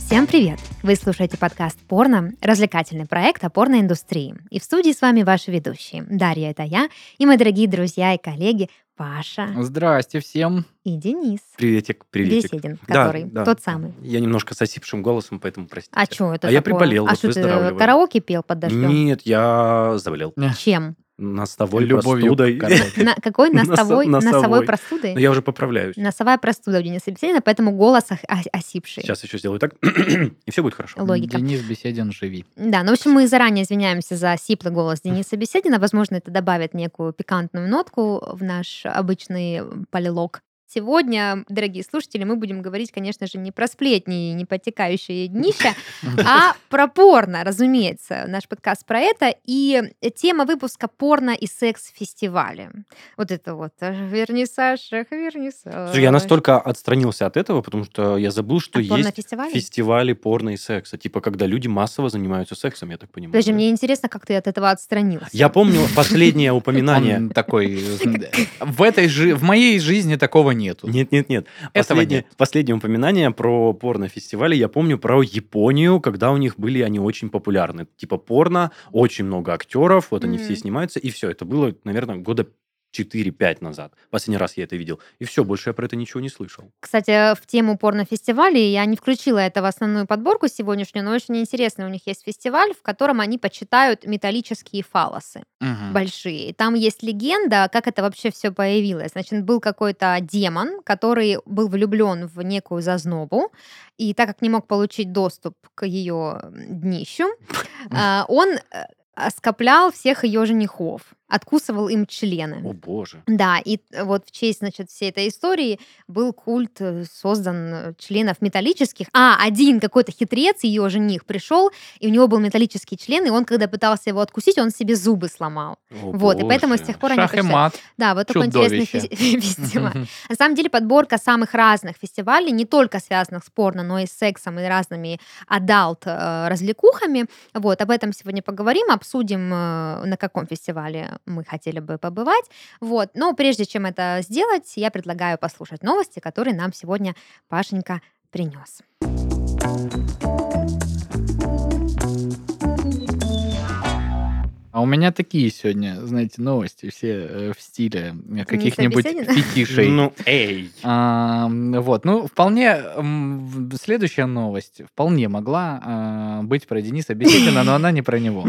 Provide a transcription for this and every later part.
Всем привет! Вы слушаете подкаст «Порно», развлекательный проект о порноиндустрии. И в студии с вами ваши ведущие. Дарья — это я, и мои дорогие друзья и коллеги Паша Здрасте всем. и Денис. Приветик. Беседин, Да, который да. тот самый. Я немножко с осипшим голосом, поэтому простите. А что это А я такое? приболел, А вот что ты выздоравливаю. караоке пел под дождем? Нет, я заболел. Чем? Носовой Любовью простудой. к караоке. Какой носовой Носовой. простудой? Но я уже поправляюсь. Носовая простуда у Дениса Беседина, поэтому голос осипший. Сейчас еще сделаю так, и все будет хорошо. Логика. Денис Беседин, живи. Да, ну, в общем, мы заранее извиняемся за сиплый голос Дениса Беседина. Возможно, это добавит некую пикантную нотку в наш обычный полилог. Сегодня, дорогие слушатели, мы будем говорить, конечно же, не про сплетни и не потекающие днища, а про порно, разумеется. Наш подкаст про это. И тема выпуска — порно и секс-фестивали. Вот это вот вернисаж. Слушай, я настолько отстранился от этого, потому что я забыл, что От есть порнофестивалей? фестивали порно и секса. Типа, когда люди массово занимаются сексом, я так понимаю. Подожди, да? мне интересно, как ты от этого отстранился. Я помню последнее упоминание. Он такой... В моей жизни такого нету. Нет. Этого нет. Последнее упоминание про порнофестивали я помню про Японию, когда у них были они очень популярны. Типа порно, очень много актеров, вот они все снимаются, и все. Это было, наверное, года 4-5 назад. Последний раз я это видел. И все, больше я про это ничего не слышал. Кстати, в тему порнофестивалей я не включила это в основную подборку сегодняшнюю, но очень интересно, у них есть фестиваль, в котором они почитают металлические фалосы Мгм. большие. И там есть легенда, как это вообще все появилось. Значит, был какой-то демон, который был влюблен в некую зазнобу, и так как не мог получить доступ к ее днищу, он оскоплял всех ее женихов, откусывал им члены. О, боже. Да, и вот в честь, значит, всей этой истории был культ создан членов металлических. Один какой-то хитрец, ее жених, пришел, и у него был металлический член, и он, когда пытался его откусить, он себе зубы сломал. О, Вот, и поэтому с боже. тех пор они Шах и почитают. мат. Да, вот такой интересный Чудовище. фестиваль. На самом деле подборка самых разных фестивалей, не только связанных с порно, но и с сексом и разными адалт-развлекухами. Вот, об этом сегодня поговорим, обсудим, на каком фестивале мы хотели бы побывать. Вот. Но прежде чем это сделать, я предлагаю послушать новости, которые нам сегодня Пашенька принес. А у меня такие сегодня, знаете, новости, все в стиле каких-нибудь Беседина? фетишей. Ну, эй. Вот, вполне следующая новость вполне могла быть про Дениса Беседина, но она не про него.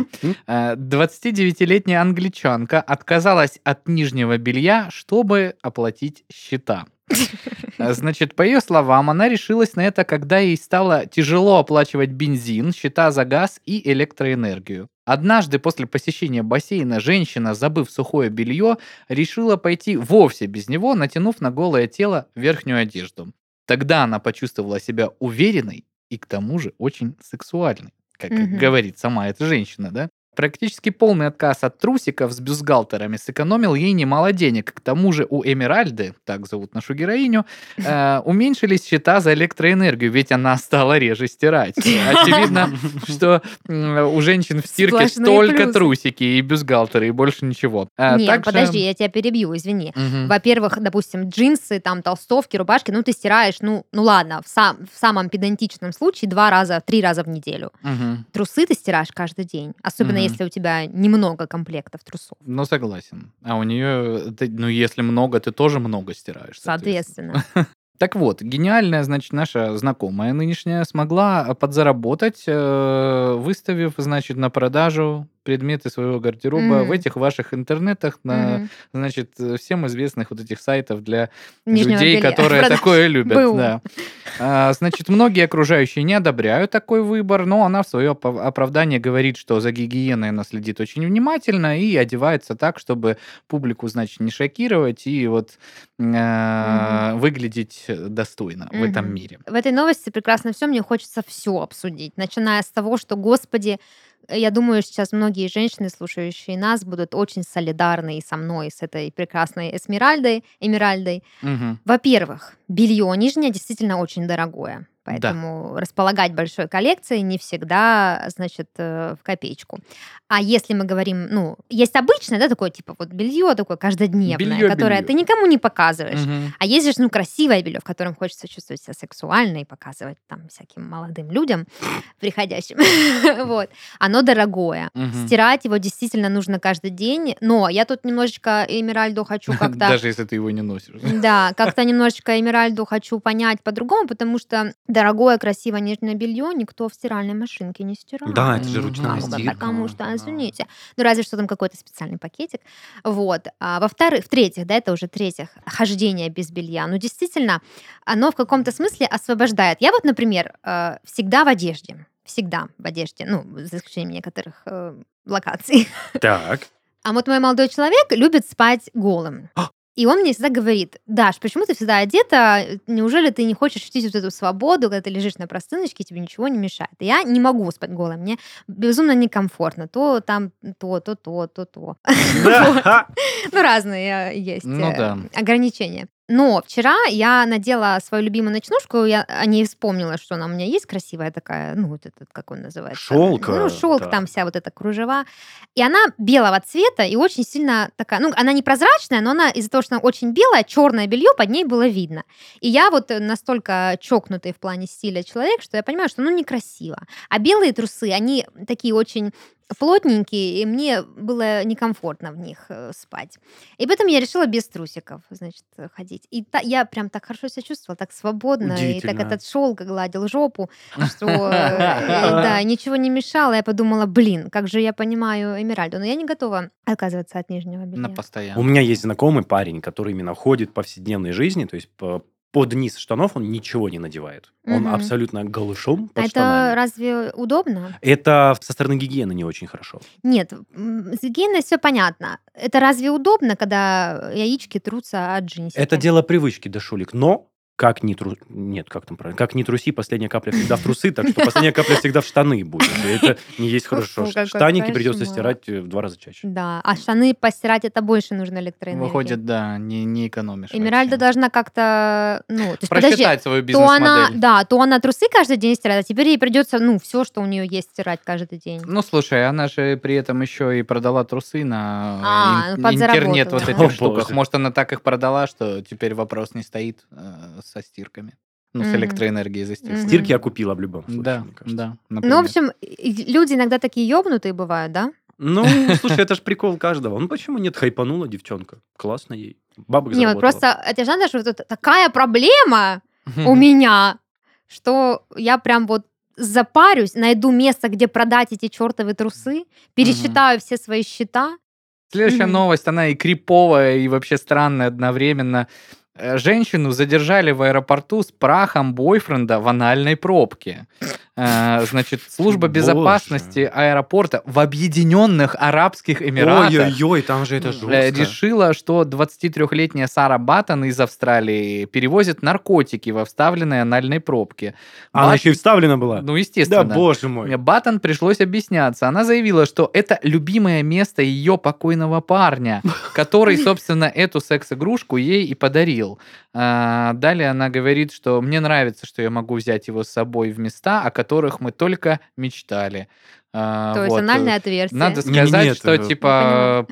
29-летняя англичанка отказалась от нижнего белья, чтобы оплатить счета. Значит, по ее словам, она решилась на это, когда ей стало тяжело оплачивать бензин, счета за газ и электроэнергию. Однажды после посещения бассейна женщина, забыв сухое белье, решила пойти вовсе без него, натянув на голое тело верхнюю одежду. Тогда она почувствовала себя уверенной и к тому же очень сексуальной, как говорит сама эта женщина, да? Практически полный отказ от трусиков с бюстгальтерами сэкономил ей немало денег. К тому же у Эмеральды, так зовут нашу героиню, уменьшились счета за электроэнергию, ведь она стала реже стирать. Очевидно, что у женщин в стирке Сплошные только плюсы. трусики и бюстгальтеры, и больше ничего. Нет, Также- подожди, я тебя перебью, извини. Мгм. Во-первых, допустим, джинсы, там, толстовки, рубашки, ты стираешь, ну ладно, в самом педантичном случае 3 раза в неделю. Мгм. Трусы ты стираешь каждый день, особенно если у тебя немного комплектов трусов. Ну, согласен. А у нее, если много, ты тоже много стираешь. Соответственно. Так вот, гениальная, значит, наша знакомая нынешняя смогла подзаработать, выставив, значит, на продажу предметы своего гардероба в этих ваших интернетах на, значит, всем известных вот этих сайтов для Нижнего людей, белья. которые Продаж. такое любят. БУ. Да. Значит, многие окружающие не одобряют такой выбор, но она в свое оправдание говорит, что за гигиеной она следит очень внимательно и одевается так, чтобы публику, значит, не шокировать и вот выглядеть достойно в этом мире. В этой новости прекрасно все, мне хочется все обсудить, начиная с того, что, господи, я думаю, сейчас многие женщины, слушающие нас, будут очень солидарны и со мной, и с этой прекрасной Эмеральдой. Мгм. Во-первых, белье нижнее действительно очень дорогое. Поэтому располагать большой коллекцией не всегда, значит, в копеечку. А если мы говорим, ну, есть обычное, да, такое, типа, вот белье такое каждодневное, которое ты никому не показываешь. А есть же, ну, красивое белье, в котором хочется чувствовать себя сексуально и показывать там всяким молодым людям, приходящим. Вот. Оно дорогое. Стирать его действительно нужно каждый день, но я тут немножечко Эмиральду хочу как-то... Даже если ты его не носишь. Да, как-то немножечко Эмиральду хочу понять по-другому, потому что дорогое, красивое нижнее белье никто в стиральной машинке не стирает. Да, это же ручная стирка. Потому что, извините. Ну, разве что там какой-то специальный пакетик. Вот. А в-третьих, да, это уже в-третьих, хождение без белья. Ну, действительно, оно в каком-то смысле освобождает. Я вот, например, всегда в одежде. Всегда в одежде. Ну, за исключением некоторых локаций. Так. А вот мой молодой человек любит спать голым. И он мне всегда говорит: Даш, почему ты всегда одета? Неужели ты не хочешь ощутить вот эту свободу, когда ты лежишь на простыночке, тебе ничего не мешает? И я не могу спать голой, мне безумно некомфортно. То там то. Ну, разные есть ограничения. Но вчера я надела свою любимую ночнушку, я о ней вспомнила, что она у меня есть красивая такая, ну, вот этот, как он называется? Шелк. Ну, шелк, там вся вот эта кружева. И она белого цвета и очень сильно такая, ну, она не прозрачная, но она из-за того, что она очень белая, черное белье под ней было видно. И я вот настолько чокнутый в плане стиля человек, что я понимаю, что, ну, некрасиво. А белые трусы, они такие очень плотненькие, и мне было некомфортно в них спать. И поэтому я решила без трусиков, значит, ходить. И я прям так хорошо себя чувствовала, так свободно, и так этот шелк гладил жопу, что да, ничего не мешало. Я подумала, блин, как же я понимаю Эмиральду, но я не готова отказываться от нижнего белья. На постоянно. У меня есть знакомый парень, который именно ходит в повседневной жизни, то есть под низ штанов он ничего не надевает. Он абсолютно голышом под штанами. Это разве удобно? Это со стороны гигиены не очень хорошо. Нет, с гигиеной все понятно. Это разве удобно, когда яички трутся от джинсиков? Это дело привычки, Дашулик. Но как не Нет, как там правильно? Как не труси, последняя капля всегда в трусы, так что последняя капля всегда в штаны будет. И это не есть хорошо. Фу, какой Штаники придется кошмар. стирать в 2 раза чаще. Да, а штаны постирать это больше нужно электроэнергии. Выходит, да, не экономишь. Эмиральда вообще. должна как-то, ну, то есть, Просчитать свою то она, бизнес-модель. да, то она трусы каждый день стирает, а теперь ей придется, ну, все, что у нее есть, стирать каждый день. Ну, слушай, она же при этом еще и продала трусы на подзаработала. интернет вот О, этих штуках. боже. Может, она так их продала, что теперь вопрос не стоит со стирками. Ну, с Мгм. электроэнергией за стиркой. Стирки я купила в любом случае, Да, мне кажется. да. Ну, в например. общем, люди иногда такие ёбнутые бывают, да? Ну, слушай, это ж прикол каждого. Ну, почему нет, хайпанула девчонка? Классно ей. Бабок Не, вот заработала. просто, это же надо, что тут такая проблема у меня, что я прям вот запарюсь, найду место, где продать эти чертовы трусы, пересчитаю все свои счета. Следующая Мгм. новость, она и криповая, и вообще странная одновременно. Женщину задержали в аэропорту с прахом бойфренда в анальной пробке. Значит, служба Боже. безопасности аэропорта в Объединенных Арабских Эмиратах Ой-ой-ой, там же это жестко. решила, что 23-летняя Сара Баттон из Австралии перевозит наркотики во вставленной анальной пробке. Она еще и вставлена была? Ну, естественно. Да, боже мой. Баттон пришлось объясняться. Она заявила, что это любимое место ее покойного парня, который, собственно, эту секс-игрушку ей и подарил. Далее она говорит, что мне нравится, что я могу взять его с собой в места, о которых мы только мечтали. То есть анальное отверстие. Надо Не-не-не, сказать, это- что Я типа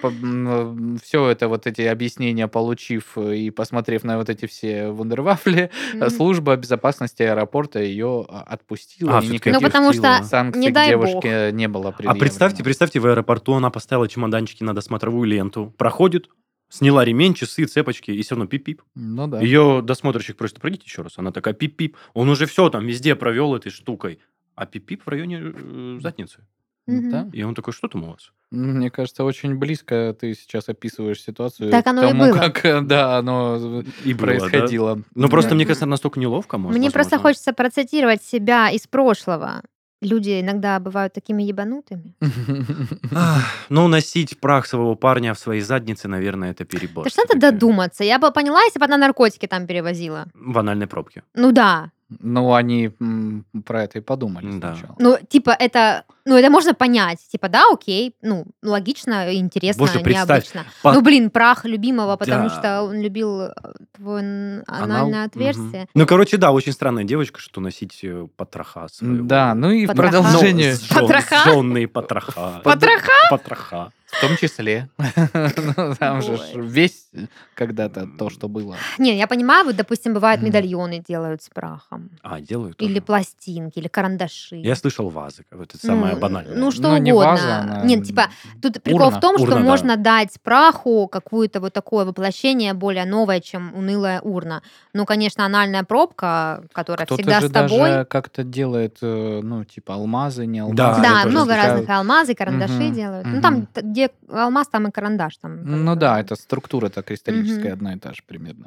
все это вот эти объяснения получив и посмотрев на вот эти все вундервафли, Мгм. служба безопасности аэропорта ее отпустила. А, И всё-таки никаких Ну, потому что, отпустила. санкций не к дай бог. девушке не было А предъявлено. представьте, в аэропорту она поставила чемоданчики на досмотровую ленту, проходит, сняла ремень, часы, цепочки, и все равно пип-пип. Ну да. Ее досмотрщик просит, пройдите еще раз. Она такая пип-пип. Он уже все там везде провел этой штукой. А пип-пип в районе задницы. Мгм. Да. И он такой, что там у вас? Мне кажется, очень близко ты сейчас описываешь ситуацию Так к оно и тому, было. как оно И было, происходило. Ну, просто, Да. мне кажется, настолько неловко. Мне просто возможно. хочется процитировать себя из прошлого. Люди иногда бывают такими ебанутыми. Ну, носить прах своего парня в своей заднице, наверное, это перебор. Это ж надо всё-таки. додуматься. Я бы поняла, если бы она наркотики там перевозила. В анальной пробке. Ну да. Ну, они про это и подумали Да. сначала. Ну, типа, это можно понять. Типа, да, окей, ну, логично, интересно, Боже, представь, необычно. по- Ну, блин, прах любимого, потому Да. что он любил твое Анал. анальное отверстие. Ну, короче, да, очень странная девочка, что носить потроха своего. Да, ну и в Потроха. продолжение, Потроха? Жжённые потроха. Потроха? Потроха. в том числе. Ну, там же ж Боже. весь когда-то то, что было. Не, я понимаю, вот, допустим, бывают Мгм. медальоны делают с прахом. Делают Или тоже. пластинки, или карандаши. Я слышал вазы, это самое Ну, банальное. ну, что Ну, не угодно. ваза, она, Нет, типа, тут прикол в том, что Урна, да. можно дать праху какое-то вот такое воплощение более новое, чем унылая урна. Ну, конечно, анальная пробка, которая Кто-то всегда же с тобой. даже как-то делает, ну, типа алмазы, не алмазы. Да, я Да, тоже много слышал. разных алмазы, карандаши Мгм, делают. мгм. Ну, там, где алмаз, там и карандаш. Там, как Ну бы. да, это структура-то кристаллическая Мгм. одна и та же примерно.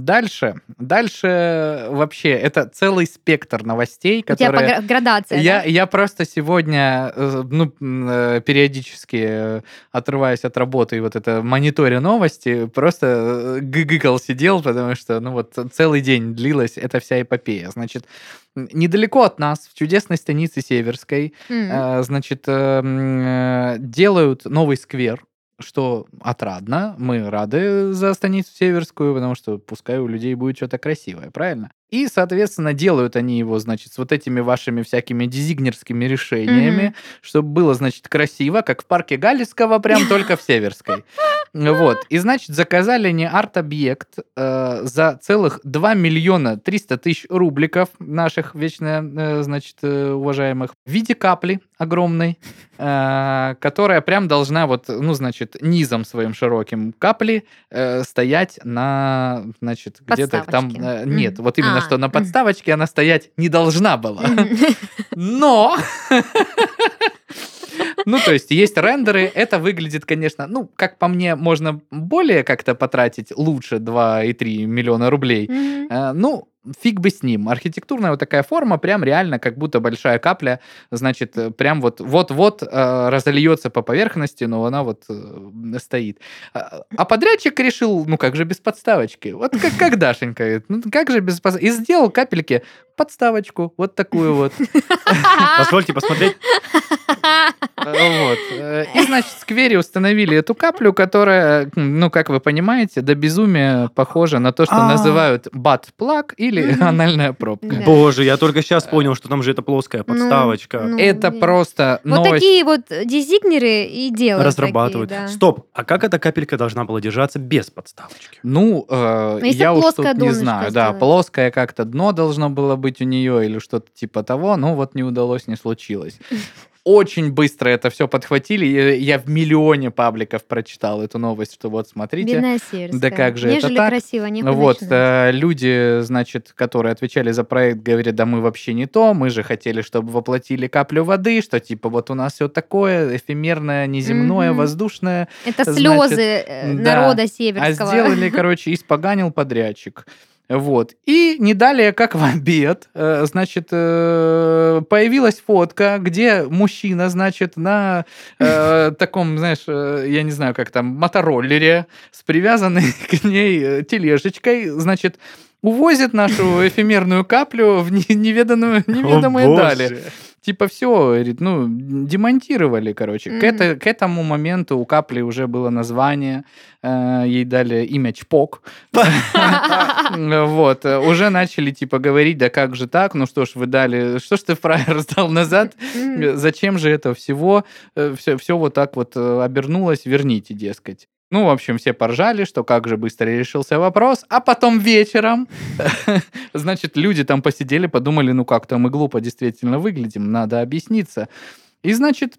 Дальше вообще это целый спектр новостей, У тебя которые... градация, да? Я просто сегодня, периодически отрываясь от работы и вот это мониторя новости, просто гыгыкал сидел, потому что, ну вот, целый день длилась эта вся эпопея. Значит, недалеко от нас, в чудесной станице Северской, значит, делают новый сквер, что отрадно. Мы рады за станицу Северскую, потому что пускай у людей будет что-то красивое, правильно? И, соответственно, делают они его, значит, с вот этими вашими всякими дизайнерскими решениями, Мгм. чтобы было, значит, красиво, как в парке Галицкого, прям только в Северской. Вот. И, значит, заказали не арт-объект за целых 2 миллиона 300 тысяч рубликов наших вечно, значит, уважаемых в виде капли огромной, которая прям должна вот, ну, значит, низом своим широким капли стоять на, значит, где-то там... Подставочке. Нет, вот именно что на Мгм. подставочке она стоять не должна была. Мгм. Но... Ну, то есть есть рендеры, это выглядит, конечно, ну, как по мне, можно более как-то потратить лучше 2,3 миллиона рублей. Мгм. Ну, фиг бы с ним. Архитектурная вот такая форма, прям реально как будто большая капля, значит, прям вот-вот разольется по поверхности, но она вот стоит. А подрядчик решил, ну как же без подставочки? Вот как Дашенька говорит, ну как же без подставочки? И сделал капельки подставочку, вот такую вот. Позвольте посмотреть. Вот. И, значит, в сквере установили эту каплю, которая, ну, как вы понимаете, до безумия похожа на то, что называют butt-plug или Мгм. анальная пробка. Да. Боже, я только сейчас понял, что там же это плоская подставочка. Ну, Это нет. просто Вот новость. такие вот дизайнеры и делают. Разрабатывают. Такие, да. Стоп, а как эта капелька должна была держаться без подставочки? Ну, если я уж плоское тут не донышко знаю. Да, сделать. плоское как-то дно должно было быть у нее или что-то типа того, но вот не удалось, не случилось. Очень быстро это все подхватили. Я в миллионе пабликов прочитал эту новость, что вот смотрите. Бедная Северская. Да как же это Нежели так? красиво, нехуй Вот, начинать. люди, значит, которые отвечали за проект, говорят, да мы вообще не то, мы же хотели, чтобы воплотили каплю воды, что типа вот у нас все такое эфемерное, неземное, Мгм. воздушное. Это значит, слезы да. народа А северского. сделали, короче, испоганил подрядчик. Вот. И не далее, как в обед, значит, появилась фотка, где мужчина, значит, на таком, знаешь, я не знаю, как там, мотороллере с привязанной к ней тележечкой, значит, увозит нашу эфемерную каплю в неведомые О, дали. боже. Типа все, говорит, ну, демонтировали, короче. Мгм. К этому моменту у капли уже было название, ей дали имя Чпок. Вот, уже начали, типа, говорить, да как же так, ну что ж вы дали, что ж ты фраер сдал назад, Мгм. зачем же это всего, все вот так вот обернулось, верните, дескать. Ну, в общем, все поржали, что как же быстро решился вопрос, а потом вечером, значит, люди там посидели, подумали, ну как-то мы глупо действительно выглядим, надо объясниться. И, значит,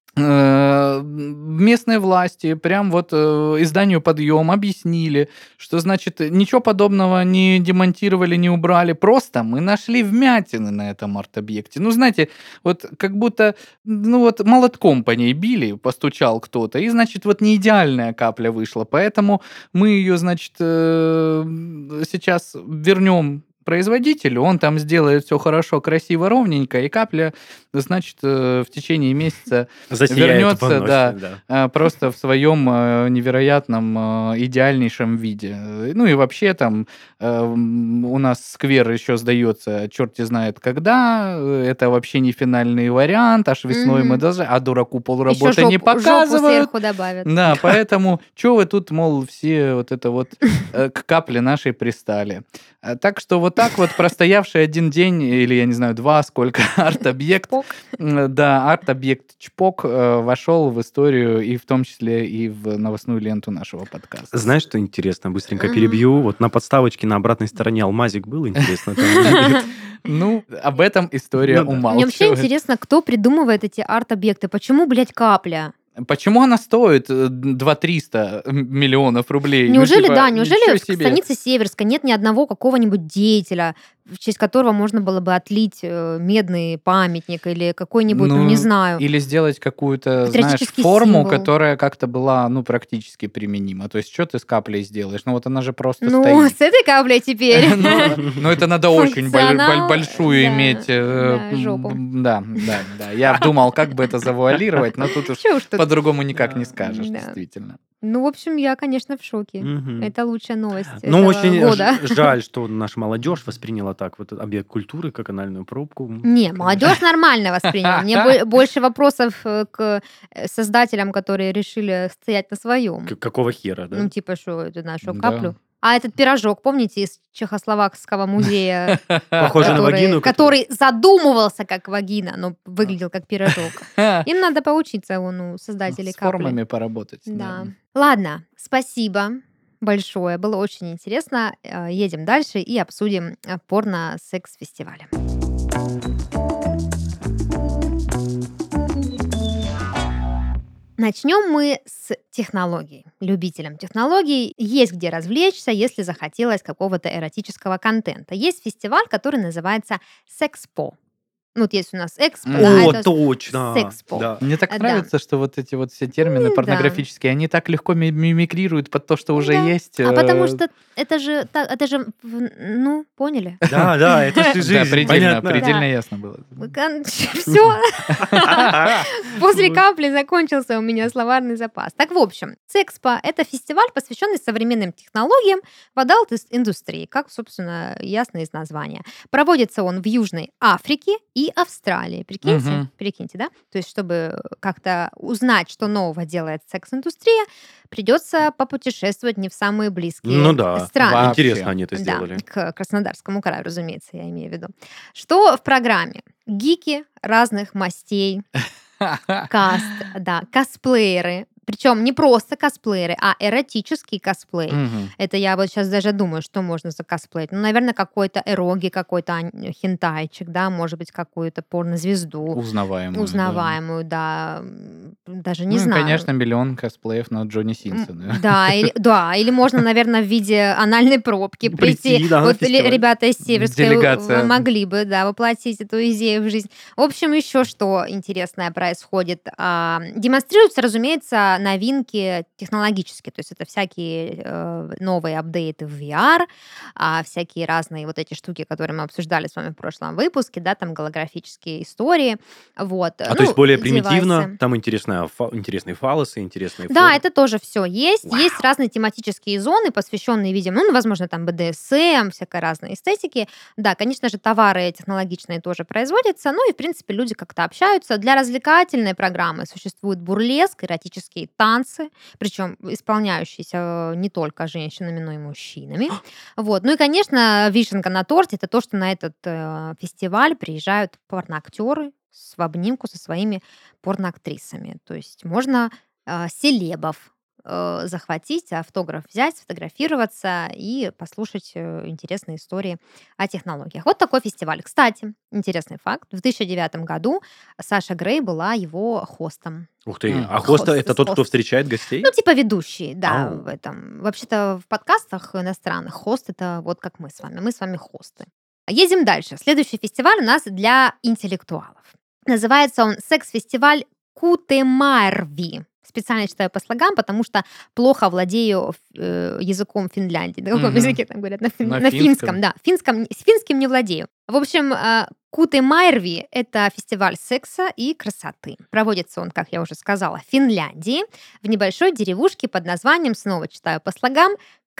местные власти прям вот изданию «Подъем» объяснили, что, значит, ничего подобного не демонтировали, не убрали, просто мы нашли вмятины на этом арт-объекте. Ну, знаете, вот как будто, ну вот молотком по ней били, постучал кто-то, и, значит, вот не идеальная капля вышла, поэтому мы ее, значит, сейчас вернем производителю, он там сделает все хорошо, красиво, ровненько, и капля, значит, в течение месяца Засияет вернется, вновь, да, да. просто в своем невероятном, идеальнейшем виде. Ну и вообще там у нас сквер еще сдается черти знает когда. Это вообще не финальный вариант, аж весной мы Мгм. даже, а дураку Еще полработы не жопу показывают. сверху добавят. Да, поэтому что вы тут, мол, все вот это вот к капле нашей пристали. Так что вот так вот простоявший один день или, я не знаю, два, сколько арт-объект, Чпок. да, арт-объект Чпок вошел в историю и в том числе и в новостную ленту нашего подкаста. Знаешь, что интересно? Быстренько Мгм. перебью. Вот на подставочке на обратной стороне алмазик был, интересно. там. Ну, об этом история Ну да. Мне вообще умалчивает. интересно, кто придумывает эти арт-объекты. Почему, блядь, капля? Почему она стоит 2-300 миллионов рублей? Неужели, типа, да, ничего неужели в себе. станице Северска нет ни одного какого-нибудь деятеля, в честь которого можно было бы отлить медный памятник или какой-нибудь, ну, не знаю, или сделать какую-то, знаешь, патриотический форму, символ? которая как-то была, ну, практически применима. То есть, что ты с каплей сделаешь? Ну, вот она же просто Ну, стоит. с этой каплей теперь. Ну, это надо очень Функционал, большую да, иметь. да, жопу. Да. Я думал, как бы это завуалировать, но тут уж Чё уж тут. по-другому никак не Да. скажешь, Да. действительно. Ну, в общем, я, конечно, в шоке. Мгм. Это лучшая новость Ну, этого очень года. жаль, что наша молодежь восприняла так вот объект культуры, как анальную пробку. Не, молодежь нормально восприняла. Мне больше вопросов к создателям, которые решили стоять на своем. Какого хера, да? Ну, типа, что это нашу Да. каплю. А этот пирожок, помните, из Чехословакского музея, Похоже на вагину. который задумывался как вагина, но выглядел как пирожок. Им надо поучиться у создателей С капли. формами поработать. Да. Ладно, спасибо большое. Было очень интересно. Едем дальше и обсудим порно-секс-фестивали. Начнем мы с технологий. Любителям технологий есть где развлечься, если захотелось какого-то эротического контента. Есть фестиваль, который называется Секспо. Ну, вот есть у нас Экспо, да, О, это точно! Секспо. Да. Мне так Да. нравится, что вот эти вот все термины Да. порнографические, они так легко мимикрируют под то, что уже Да. есть. А потому что это же, ну, поняли? Да, это же Да, жизнь, предельно понятно. ясно было. Все. После капли закончился у меня словарный запас. Так, в общем, Секспо — это фестиваль, посвященный современным технологиям в адалт-индустрии, как, собственно, ясно из названия. Проводится он в Южной Африке и Австралии. Мгм. Прикиньте, да? То есть, чтобы как-то узнать, что нового делает секс-индустрия, придется попутешествовать не в самые близкие Ну да. страны. Вообще. Интересно они это Да, сделали. к Краснодарскому краю, разумеется, я имею в виду. Что в программе? Гики разных мастей, каст, да, косплееры. Причем не просто косплееры, а эротический косплей. Мгм. Это я вот сейчас даже думаю, что можно за косплей. Ну, наверное, какой-то эроги, какой-то хентайчик, да, может быть, какую-то порнозвезду Узнаваемую. узнаваемую, да. Даже не Ну и, знаю. конечно, миллион косплеев на Джонни Симпсона. Да, или можно, наверное, в виде анальной пробки прийти. да, на Вот фестиваль. ребята из Северской Делегация. могли бы, да, воплотить эту идею в жизнь. В общем, еще что интересное происходит. Демонстрируются, разумеется, новинки технологические, то есть это всякие новые апдейты в VR, всякие разные вот эти штуки, которые мы обсуждали с вами в прошлом выпуске, да, там голографические истории, вот. То есть более примитивно, девайсы. там интересные фалосы, интересные Да, формы. это тоже все есть. Вау. Есть разные тематические зоны, посвященные, видимо, ну, возможно, там БДСМ, всякой разной эстетики. Да, конечно же, товары технологичные тоже производятся, ну и, в принципе, люди как-то общаются. Для развлекательной программы существует бурлеск, эротические танцы, причем исполняющиеся не только женщинами, но и мужчинами. Вот. Ну и, конечно, вишенка на торте — это то, что на этот фестиваль приезжают порноактеры в обнимку со своими порноактрисами. То есть можно селебов захватить, автограф взять, сфотографироваться и послушать интересные истории о технологиях. Вот такой фестиваль. Кстати, интересный факт. В 2009 году Саша Грей была его хостом. Ух ты, М. а хост Хост, это тот, кто хост. встречает гостей? Ну, типа ведущий, да, Ау. в этом. Вообще-то в подкастах иностранных хост — это вот как мы с вами. Мы с вами хосты. Едем дальше. Следующий фестиваль у нас для интеллектуалов. Называется он «Секс-фестиваль Кутемарви». Специально читаю по слогам, потому что плохо владею языком Финляндии. На каком языке там говорят? На На финском, да. С финским не владею. В общем, Кутемайрви — это фестиваль секса и красоты. Проводится он, как я уже сказала, в Финляндии, в небольшой деревушке под названием, снова читаю по слогам,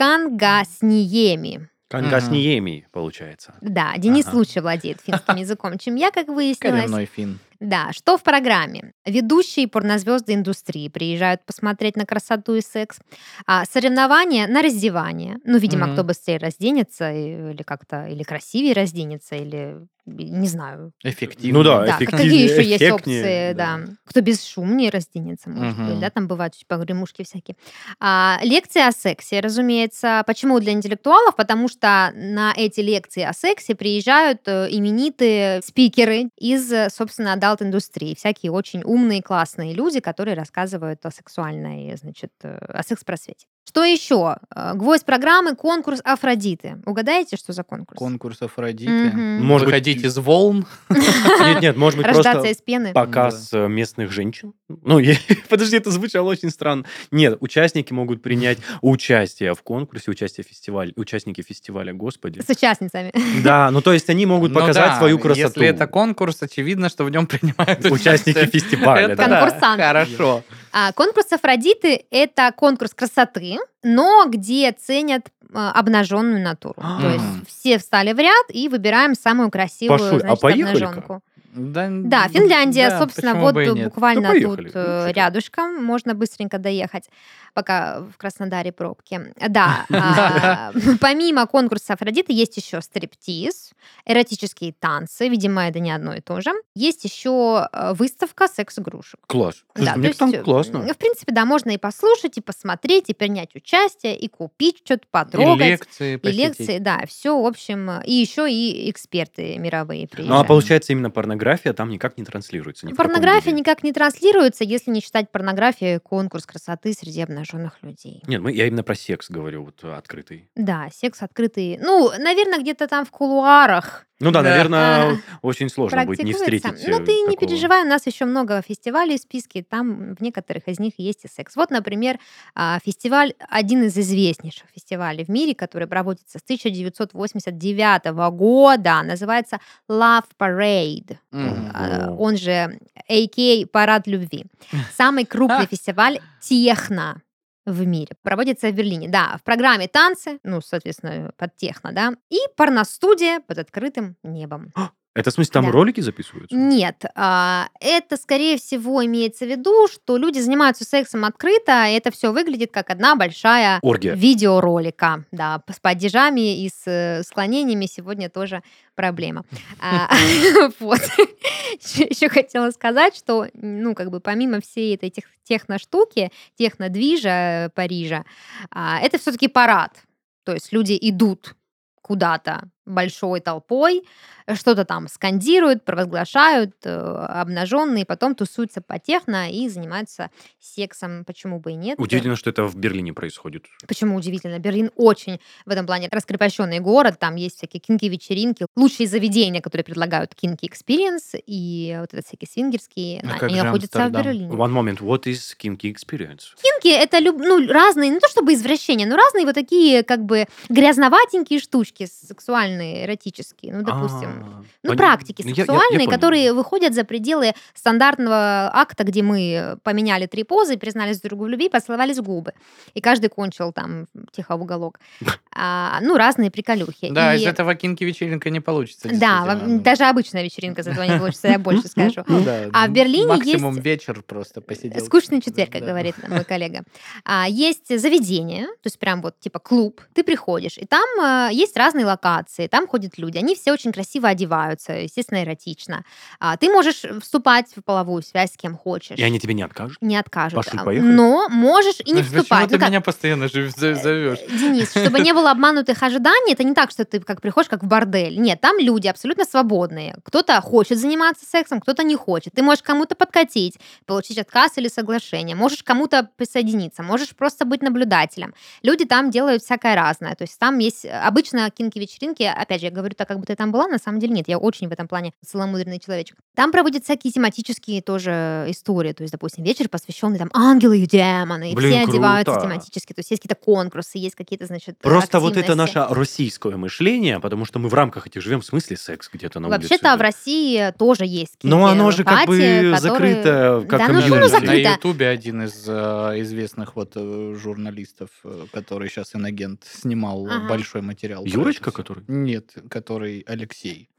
Кангасниеми. Кангасниеми, получается. Да, Денис Ага. лучше владеет финским языком, чем я, как выяснилось. Коренной фин. Да, что в программе? Ведущие порнозвезды индустрии приезжают посмотреть на красоту и секс. Соревнования на раздевание. Ну, видимо, кто быстрее разденется, или как-то, или красивее разденется, или не знаю. Эффективно. Ну да, Да, эффективнее, какие еще есть эффектнее, опции, да. Кто бесшумнее разденется, может быть, да, там бывают погремушки всякие. Лекции о сексе, разумеется. Почему для интеллектуалов? Потому что на эти лекции о сексе приезжают именитые спикеры из, собственно, адалт-индустрии. Всякие очень умные, классные люди, которые рассказывают о сексуальной, значит, о секс-просвете. Что еще? Гвоздь программы — конкурс Афродиты. Угадаете, что за конкурс? Конкурс Афродиты. Мгм. Может быть, Выходить из волн. Нет, может быть, Рождаться просто из пены. показ местных женщин. Ну, подожди, это звучало очень странно. Нет, участники могут принять участие в конкурсе, участники фестиваля, господи. С участницами. Да, ну то есть они могут Ну показать да, свою красоту. Если это конкурс, очевидно, что в нем принимают Участники участие. фестиваля, Это да. да, Конкурсанты. Хорошо. Конкурс Афродиты — это конкурс красоты, но где ценят обнаженную натуру. То есть все встали в ряд и выбираем самую красивую, Пошли, значит, поехали-ка? обнаженку. Да, Финляндия, да, собственно, почему вот бы и нет? буквально Ну, поехали. тут Ну, что ты? рядышком. Можно быстренько доехать, пока в Краснодаре пробки. Да, помимо конкурса Афродиты есть еще стриптиз, эротические танцы, видимо, это не одно и то же. Есть еще выставка секс-игрушек. Класс. Да, Слушай, мне то там есть, классно. в принципе, да, можно и послушать, и посмотреть, и принять участие, и купить что-то, И потрогать. лекции И посетить. лекции, да, все, в общем, и еще и эксперты мировые Ну, а приезжают. получается, именно порнография там никак не транслируется. Ни в каком Порнография виде. никак не транслируется, если не считать порнографией конкурс красоты среди обнаженных людей. Нет, я именно про секс говорю, вот открытый. Да, секс открытый. Ну, наверное, где-то там в кулуарах Ну да, Да. наверное, очень сложно будет не практикуется. встретить Но ты не такого. переживай, у нас еще много фестивалей в списке, там в некоторых из них есть и секс. Вот, например, фестиваль, один из известнейших фестивалей в мире, который проводится с 1989 года, называется Love Parade, Ого. он же AK Парад любви. Самый крупный фестиваль техно в мире. Проводится в Берлине. Да, в программе танцы, ну, соответственно, под техно, да, и порностудия под открытым небом. Это в смысле там Да. ролики записываются? Нет, это, скорее всего, имеется в виду, что люди занимаются сексом открыто, и это все выглядит как одна большая Оргия. видеоролика. Да, с падежами и с склонениями сегодня тоже проблема. Вот. Еще хотела сказать, что, ну, как бы помимо всей этой техно-штуки, техно-движа Парижа, это все-таки парад. То есть люди идут куда-то большой толпой, что-то там скандируют, провозглашают, обнаженные, потом тусуются по техно и занимаются сексом. Почему бы и нет? Удивительно, что это в Берлине происходит. Почему удивительно? Берлин очень в этом плане раскрепощенный город, там есть всякие кинки-вечеринки, лучшие заведения, которые предлагают кинки-экспириенс, и вот этот всякие свингерские, А как они же находятся в Амстердам? Берлине. One moment, what is kinky experience? Кинки — это разные, не то чтобы извращения, но разные вот такие как бы грязноватенькие штучки сексуальные, эротические, ну, допустим. Ну, практики Ну, я сексуальные, понял. которые выходят за пределы стандартного акта, где мы поменяли 3 позы, признались друг другу в любви, поцеловались в губы. И каждый кончил там тихо в уголок. Ну, разные приколюхи. Да, И- из этого кинки-вечеринка не получится. Да, действительно. даже обычная вечеринка из этого не получится, я больше скажу. Ну да, А в Берлине максимум есть вечер просто посидел. скучный четверг, как Да. говорит мой коллега. Есть заведение, то есть прям вот типа клуб, ты приходишь, и там есть разные локации, там ходят люди, они все очень красиво одеваются, естественно, эротично. Ты можешь вступать в половую связь с кем хочешь. И они тебе не откажут? Не откажут. Пошли, поехали? Но можешь и не Почему вступать. ты Ну, как- меня постоянно зовешь? Денис, чтобы не было было обманутых ожиданий, это не так, что ты как приходишь как в бордель. Нет, там люди абсолютно свободные. Кто-то хочет заниматься сексом, кто-то не хочет. Ты можешь кому-то подкатить, получить отказ или соглашение. Можешь кому-то присоединиться, можешь просто быть наблюдателем. Люди там делают всякое разное. То есть там есть обычно кинки-вечеринки, опять же, я говорю так, как будто я там была, на самом деле нет, я очень в этом плане целомудренный человечек. Там проводят всякие тематические тоже истории. То есть, допустим, вечер посвященный там ангелы и демоны, и Блин, все одеваются круто. тематически. То есть есть какие-то конкурсы, есть какие-то, значит, Просто вот это активности. наше российское мышление, потому что мы в рамках этих живем, в смысле секс где-то на улице. Вообще-то в России тоже есть Но оно же как бы кинки-пати, закрыто, как Да, ну что комьюнити. оно На закрыто? Ютубе один из известных журналистов, который сейчас инагент, снимал Ага. большой материал. про Юрочка, это всё. который? Нет, который Алексей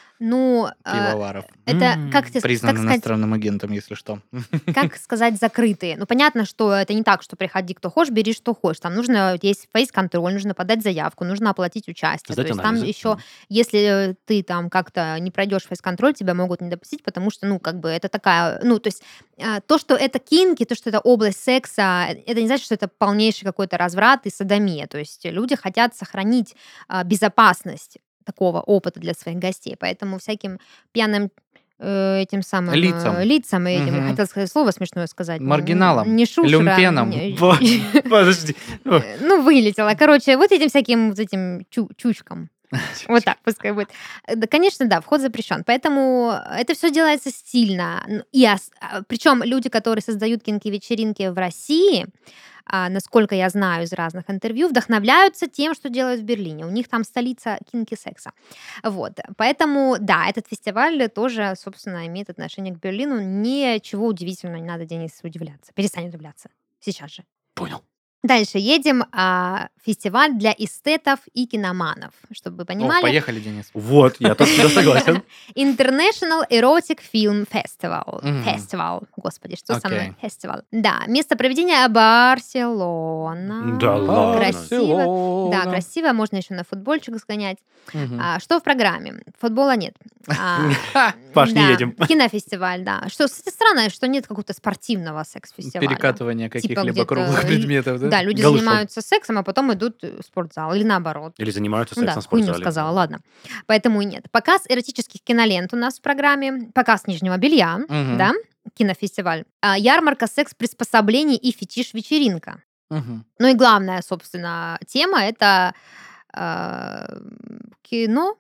Ну, Пивоваров. это, как Признан сказать, иностранным агентом, если что. как сказать, закрытые. Ну, понятно, что это не так, что приходи кто хочешь, бери что хочешь. Там нужно, есть фейс-контроль, нужно подать заявку, нужно оплатить участие. Сдать То есть там анализы. еще, если ты там как-то не пройдешь фейс-контроль, тебя могут не допустить, потому что, ну, как бы это такая, ну, то есть то, что это кинки, то, что это область секса, это не значит, что это полнейший какой-то разврат и содомия. То есть люди хотят сохранить безопасность такого опыта для своих гостей. Поэтому всяким пьяным этим самым Лицам. этим, я Мгм. хотела сказать слово смешное сказать. Маргиналам. Не шушера. Люмпенам. Подожди. Ну, вылетела. Короче, вот этим всяким вот этим чучкам. Вот так пускай будет. Да, конечно, да, вход запрещен. Поэтому это все делается стильно. Причем люди, которые создают кинки-вечеринки в России, насколько я знаю из разных интервью, вдохновляются тем, что делают в Берлине. У них там столица кинки-секса. Вот. Поэтому, да, этот фестиваль тоже, собственно, имеет отношение к Берлину. Ничего удивительного, не надо, Денис, удивляться. Перестань удивляться. Сейчас же. Понял. Дальше едем. Фестиваль для эстетов и киноманов. Чтобы вы О, понимали. поехали, Денис. Вот, я тут всегда согласен. International Erotic Film Festival. Мгм. Фестивал. Господи, что со мной? Окей. Фестивал. Да, место проведения Барселона. Да ладно. Красиво. Да, красиво. Можно еще на футбольчик сгонять. Мгм. Что в программе? Футбола нет. Паш, не Да, едем. Кинофестиваль, да. Что, кстати, странно, что нет какого-то спортивного секс-фестиваля. Перекатывание каких-либо где-то круглых предметов, да? Да, люди Голышом. занимаются сексом, а потом идут в спортзал. Или наоборот. Или занимаются Ну да, сексом в хуйню спортзале. сказала, ладно. Поэтому и нет. Показ эротических кинолент у нас в программе. Показ нижнего белья, Мгм. да, кинофестиваль. Ярмарка секс-приспособлений и фетиш-вечеринка. Мгм. Ну и главная, собственно, тема — это кино.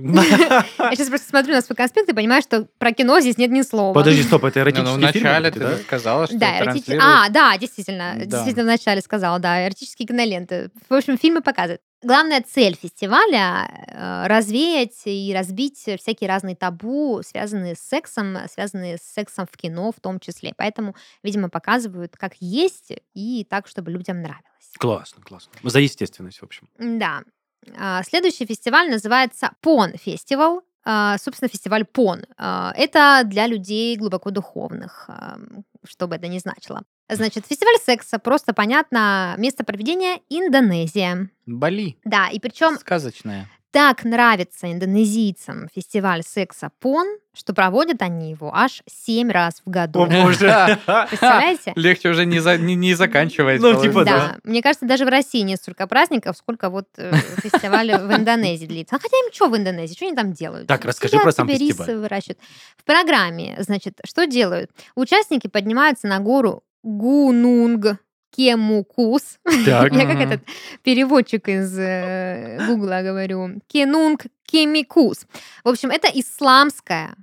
Я сейчас просто смотрю на свой конспект и понимаю, что про кино здесь нет ни слова. Подожди, стоп, это Ну, эротический фильм? вначале вот ты эти, да? сказала, что Да, транслируют. да, действительно. Да. Действительно, вначале сказала, да, эротические киноленты. В общем, фильмы показывают. Главная цель фестиваля развеять и разбить всякие разные табу, связанные с сексом в кино в том числе. Поэтому, видимо, показывают как есть и так, чтобы людям нравилось. Классно, классно. За естественность, в общем. Да. Следующий фестиваль называется Пон Фестивал. Собственно, фестиваль Пон. Это для людей глубоко духовных, что бы это ни значило. Значит, фестиваль секса, просто понятно, место проведения — Индонезия. Бали. Да, и причем Сказочная. так нравится индонезийцам фестиваль секса Пон, что проводят они его аж 7 раз в году. О боже. Представляете? Легче уже не заканчивать. Ну, типа, Да, мне кажется, даже в России нет столько праздников, сколько вот фестиваль в Индонезии длится. А хотя им что в Индонезии, что они там делают? Так, расскажи Сидят про сам себе, рис фестиваль. выращивают. В программе, значит, что делают? Участники поднимаются на гору Гунунг Кемукус. Так. Я как Мгм. этот переводчик из Гугла говорю. Кенунг Кемикус. В общем, это исламская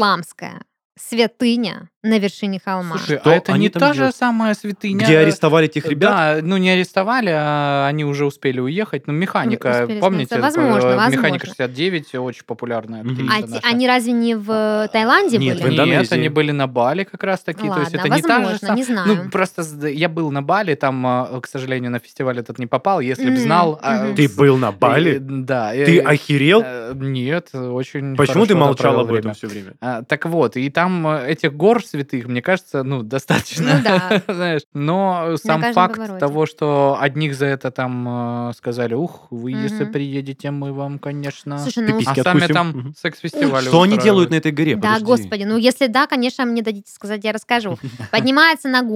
святыня на вершине холма. Слушай, Что а это они не там та же делают? самая святыня? Где арестовали этих ребят? Да, ну не арестовали, а они уже успели уехать. Ну, механика, Успели помните? сняться. Возможно. Механика 69, очень популярная Мгм. актриса наша. Они разве не в Таиланде Нет, были? в Индонезии. Нет, они были на Бали как раз таки. То есть Ладно, это не та же возможно, не знаю. Ну, просто я был на Бали, там, к сожалению, на фестиваль этот не попал. Если бы знал... Мгм. Ты был на Бали? Да. Ты охерел? Нет, очень Почему ты хорошо молчал провел об этом время. все время? Так вот, и там этих гор святых, мне кажется, ну, достаточно, Ну да. знаешь. Но сам каждом факт повороте. того, что одних за это там сказали, ух, вы, если Мгм. приедете, мы вам, конечно... Слушай, ну, Пиписьки А сами откусим. там Мгм. секс-фестивали Что они устраивают. делают на этой горе? да, Подожди. господи, ну если да, конечно, мне дадите сказать, я расскажу. Поднимается на гору,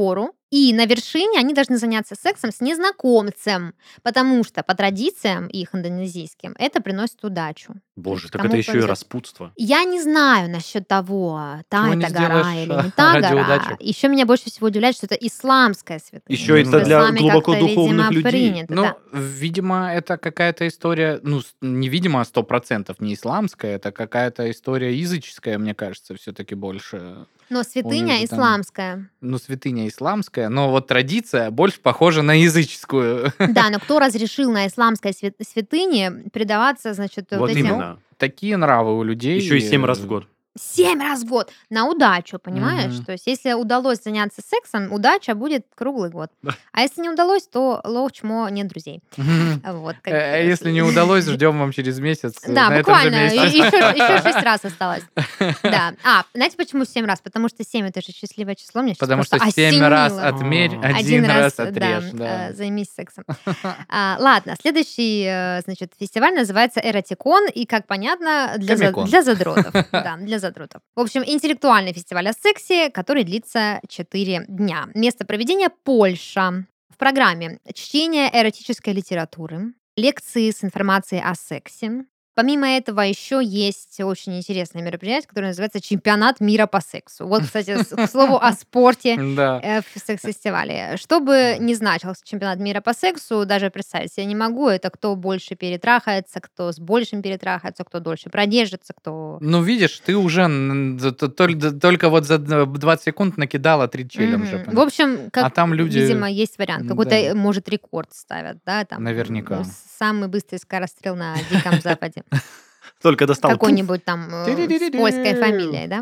И на вершине они должны заняться сексом с незнакомцем, потому что по традициям их индонезийским это приносит удачу. То Боже, есть так это кому еще и повезет. распутство. Я не знаю насчет того, та Почему не это гора сделаешь или не та ради гора. удачи? Еще меня больше всего удивляет, что это исламская святыня. Еще В это для исламе глубоко как-то, духовных видимо, людей. принято, Ну, да. видимо, это какая-то история, ну, не видимо, 100% не исламская, это какая-то история языческая, мне кажется, все-таки больше. Но У них святыня же там, исламская. ну, святыня исламская, но вот традиция больше похожа на языческую. Да, но кто разрешил на исламской святыне предаваться, значит, вот Вот этим именно. Такие нравы у людей. Еще и 7 раз в год. 7 раз в год на удачу, понимаешь? Мгм. То есть, если удалось заняться сексом, удача будет круглый год. А если не удалось, то лох, чмо, нет друзей. Вот, как Если не удалось, ждем вам через месяц Да, на этом же буквально. месте. Еще 6 раз осталось. Да. Знаете, почему 7 раз? Потому что 7 это же счастливое число. Мне сейчас Потому просто что 7 раз осенило. отмерь, А. один раз да, отрежь. Да. займись сексом. Ладно, следующий, значит, фестиваль называется Эротикон, и, как понятно, Комикон. для задротов. Да, для задротов. В общем, интеллектуальный фестиваль о сексе, который длится 4 дня. Место проведения — Польша. В программе чтение эротической литературы, лекции с информацией о сексе. Помимо этого еще есть очень интересное мероприятие, которое называется «Чемпионат мира по сексу». Вот, кстати, к слову о спорте Да. в секс-фестивале. Что бы ни значил чемпионат мира по сексу, даже представить себе не могу. Это кто больше перетрахается, кто с большим перетрахается, кто дольше продержится, кто... Ну, видишь, ты уже только вот за 20 секунд накидала 3 челленджа. В общем, как, А там люди- видимо, есть вариант. Какой-то, Да. может, рекорд ставят, да? Там, Наверняка. Самый быстрый скорострел на Диком Западе. Только достал. Какой-нибудь там с польской фамилией, да?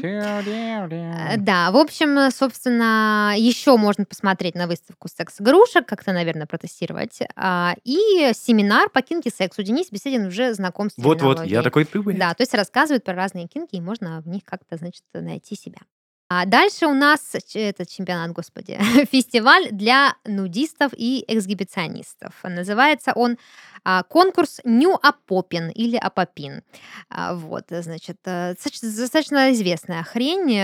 Да, в общем, собственно, еще можно посмотреть на выставку секс-игрушек, как-то, наверное, протестировать. И семинар по кинки-сексу. Денис Беседин уже знаком с Вот-вот, терминологией. я такой прибыль. Да, то есть рассказывают про разные кинки, и можно в них как-то, значит, найти себя. А дальше у нас этот чемпионат, господи, фестиваль для нудистов и эксгибиционистов. Называется он конкурс Ню Апопин или Апопин. Вот, значит, достаточно известная хрень,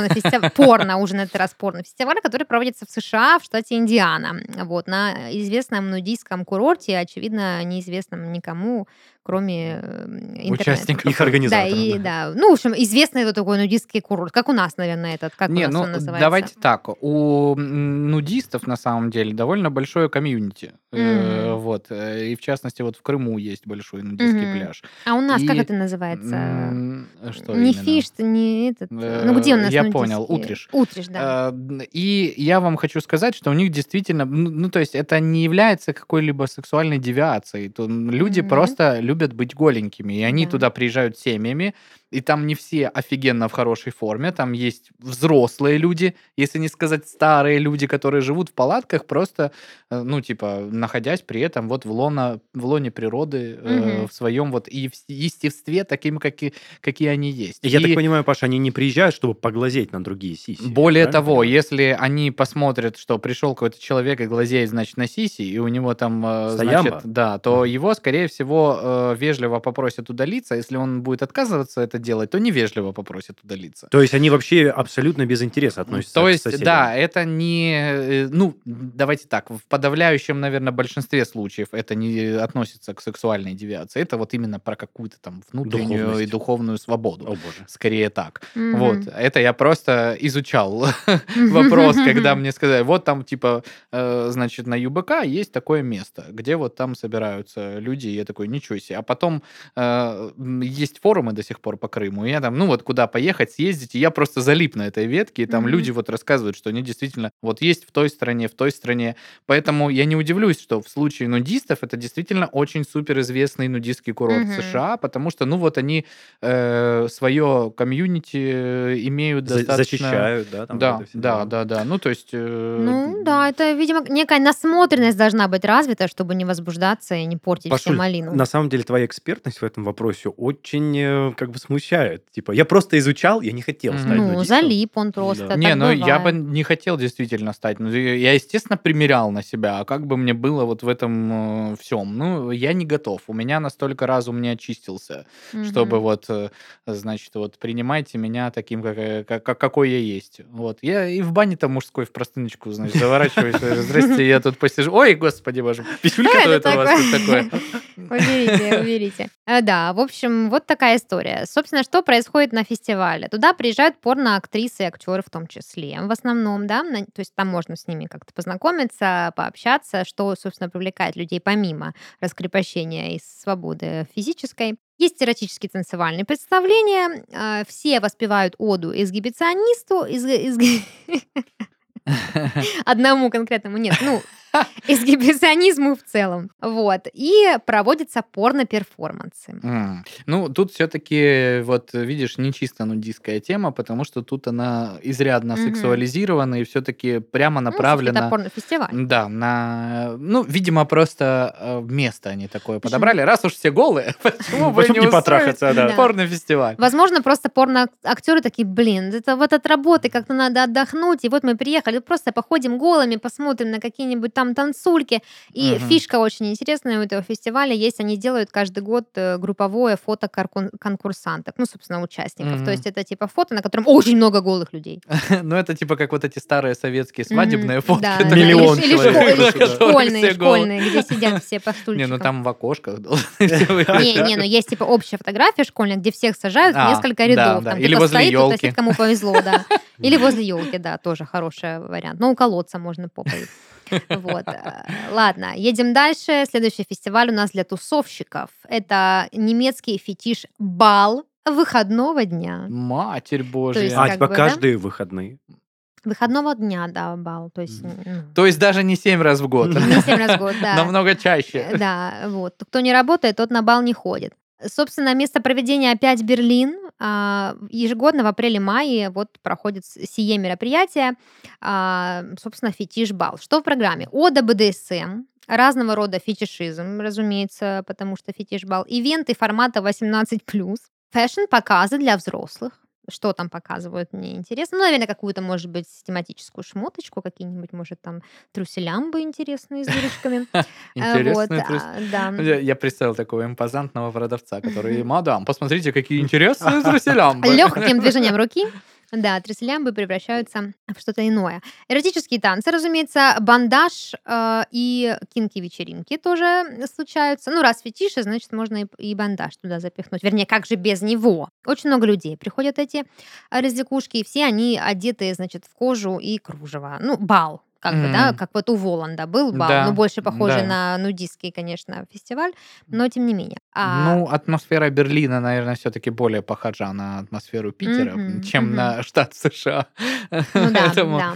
порно, уже на этот раз порно-фестиваль, который проводится в США, в штате Индиана. Вот, на известном нудистском курорте, очевидно, неизвестном никому, кроме интернета. Участников. Их организаторов. Да, да. Ну, в общем, известный вот такой нудистский курорт, как у нас, наверное, этот, как у нас он называется. Давайте так. У нудистов, на самом деле, довольно большое комьюнити. Вот. И, в частности, вот в Крыму есть большой нудистский пляж. А у нас И, как это называется? Что Не именно? фишт, не этот... Ну, где у нас Я нудистский? понял, Утриш. Утриш, да. И я вам хочу сказать, что у них действительно, ну, то есть это не является какой-либо сексуальной девиацией. Люди просто любят быть голенькими, и они Да. туда приезжают семьями, и там не все офигенно в хорошей форме, там есть взрослые люди, если не сказать старые люди, которые живут в палатках, просто, ну, типа, находясь при этом вот в лоне природы, в своем вот и в естестве таким, какие они есть. Я И так понимаю, Паша, они не приезжают, чтобы поглазеть на другие сиси. более правильно того, понимаю? если они посмотрят, что пришел какой-то человек и глазеет, значит, на сиси, и у него там, Стоямба. значит, да, то его, скорее всего, вежливо попросят удалиться. Если он будет отказываться это делать, то невежливо попросят удалиться. То есть они вообще абсолютно без интереса относятся То к есть, соседям. да, это не... Ну, давайте так, в подавляющем, наверное, большинстве случаев это не относится к сексуальной девиации. Это вот именно про какую-то там внутреннюю Духовность. и духовную свободу. О боже. Скорее так. Мгм. Вот. Это я просто изучал вопрос, когда мне сказали, вот там, типа, значит, на ЮБК есть такое место, где вот там собираются люди, и я такой, ничего себе. А потом есть форумы до сих пор по Крыму, и я там, ну вот куда поехать, съездить, и я просто залип на этой ветке, и там люди вот рассказывают, что они действительно вот есть в той стране. Поэтому я не удивлюсь, что в случае нудистов это действительно очень суперизвестный нудистский курорт в США, потому что, ну вот они свое комьюнити имеют достаточно... Защищают, да? Там Да, вот это все да, дела. да, да. Ну, то есть... Ну, да, это, видимо, некая насмотренность должна быть развита, чтобы не возбуждаться и не портить всем Пашуль, малину. на самом деле твоя экспертность в этом вопросе очень как бы смущает. Типа, я просто изучал, я не хотел стать Ну, нудистом. залип он просто, Да. Не, так ну я бы бывает. не хотел действительно стать. Ну, я, естественно, примерял на себя, а как бы мне было вот в этом всем. Ну, я не готов. У меня настолько разум не очистился, чтобы вот, значит, вот принимайте меня таким, какой я есть. Вот. Я и в бане-то мужской в простыночку, значит, заворачиваюсь. Здрасте, я тут посижу. Ой, господи боже. Писюлька, что это у вас тут такое? Уберите. Да, в общем, вот такая история. Собственно, что происходит на фестивале? Туда приезжают порноактрисы и актеры в том числе, в основном, да, то есть там можно с ними как-то познакомиться, пообщаться, что, собственно, привлекает людей помимо раскрепощения и свободы физической. Есть эротические танцевальные представления, все воспевают оду эксгибиционисту, одному конкретному, нет, ну, эксгибиционизму в целом. Вот. И проводятся порно-перформансы. Ну, тут все-таки, вот видишь, не чисто нудистская тема, потому что тут она изрядно сексуализирована и все-таки прямо Это направлена... порно-фестиваль. Да, ну, видимо, просто место они такое подобрали. Раз уж все голые, почему бы не потрахаться, да. порно-фестиваль? Возможно, просто порно-актеры такие, блин, это вот от работы как-то надо отдохнуть, и вот мы приехали, просто походим голыми, посмотрим на какие-нибудь там танцульки. И фишка очень интересная у этого фестиваля есть, они делают каждый год групповое фото конкурсанток, ну, собственно, участников. То есть это типа фото, на котором очень много голых людей. Ну, это типа как вот эти старые советские свадебные фотки. Да, Миллион или человек. школьные, где сидят все по Не, стульчикам. ну там в окошках должны все выглядеть. Не, ну есть типа общая фотография школьная, где всех сажают в несколько рядов. да. Там Или кто-то возле стоит, кто-то ёлки. сидит, кому повезло, да. Или возле елки, да, тоже хороший вариант. Но у колодца можно попасть. Вот. Ладно, едем дальше. Следующий фестиваль у нас для тусовщиков. Это немецкий фетиш бал выходного дня. Матерь есть Божья. как Типа бы, да? каждые выходные. Выходного дня, да, бал. То есть То есть даже не 7 раз в год. не 7 раз в год, да. Намного чаще. Да, вот. Кто не работает, тот на бал не ходит. Собственно, место проведения опять Берлин. Ежегодно в апреле-мае вот проходит сие мероприятие, собственно, фетиш-бал. Что в программе? Ода БДСМ, разного рода фетишизм, разумеется, потому что фетиш-бал, ивенты формата 18+, фэшн-показы для взрослых. Что там показывают, мне интересно. Ну, наверное, какую-то, может быть, тематическую шмоточку, какие-нибудь, может, там, труселямбы интересные с дырочками. Интересные Вот, да. Я представил такого импозантного продавца, который, мадам, посмотрите, какие интересные труселямбы. Легким движением руки, да, труселямбы превращаются в что-то иное. Эротические танцы, разумеется, бандаж и кинки-вечеринки тоже случаются. Ну, раз фетиши, значит, можно и бандаж туда запихнуть. Вернее, как же без него? Очень много людей приходят эти развлекушки, и все они одеты, значит, в кожу и кружево. Ну, бал. Как бы, да, как вот у Воланда был бал, Да, но больше похожий да. на нудистский, конечно, фестиваль, но тем не менее. Ну, атмосфера Берлина, наверное, все-таки более похожа на атмосферу Питера, чем на штат США. Ну да, Поэтому, да.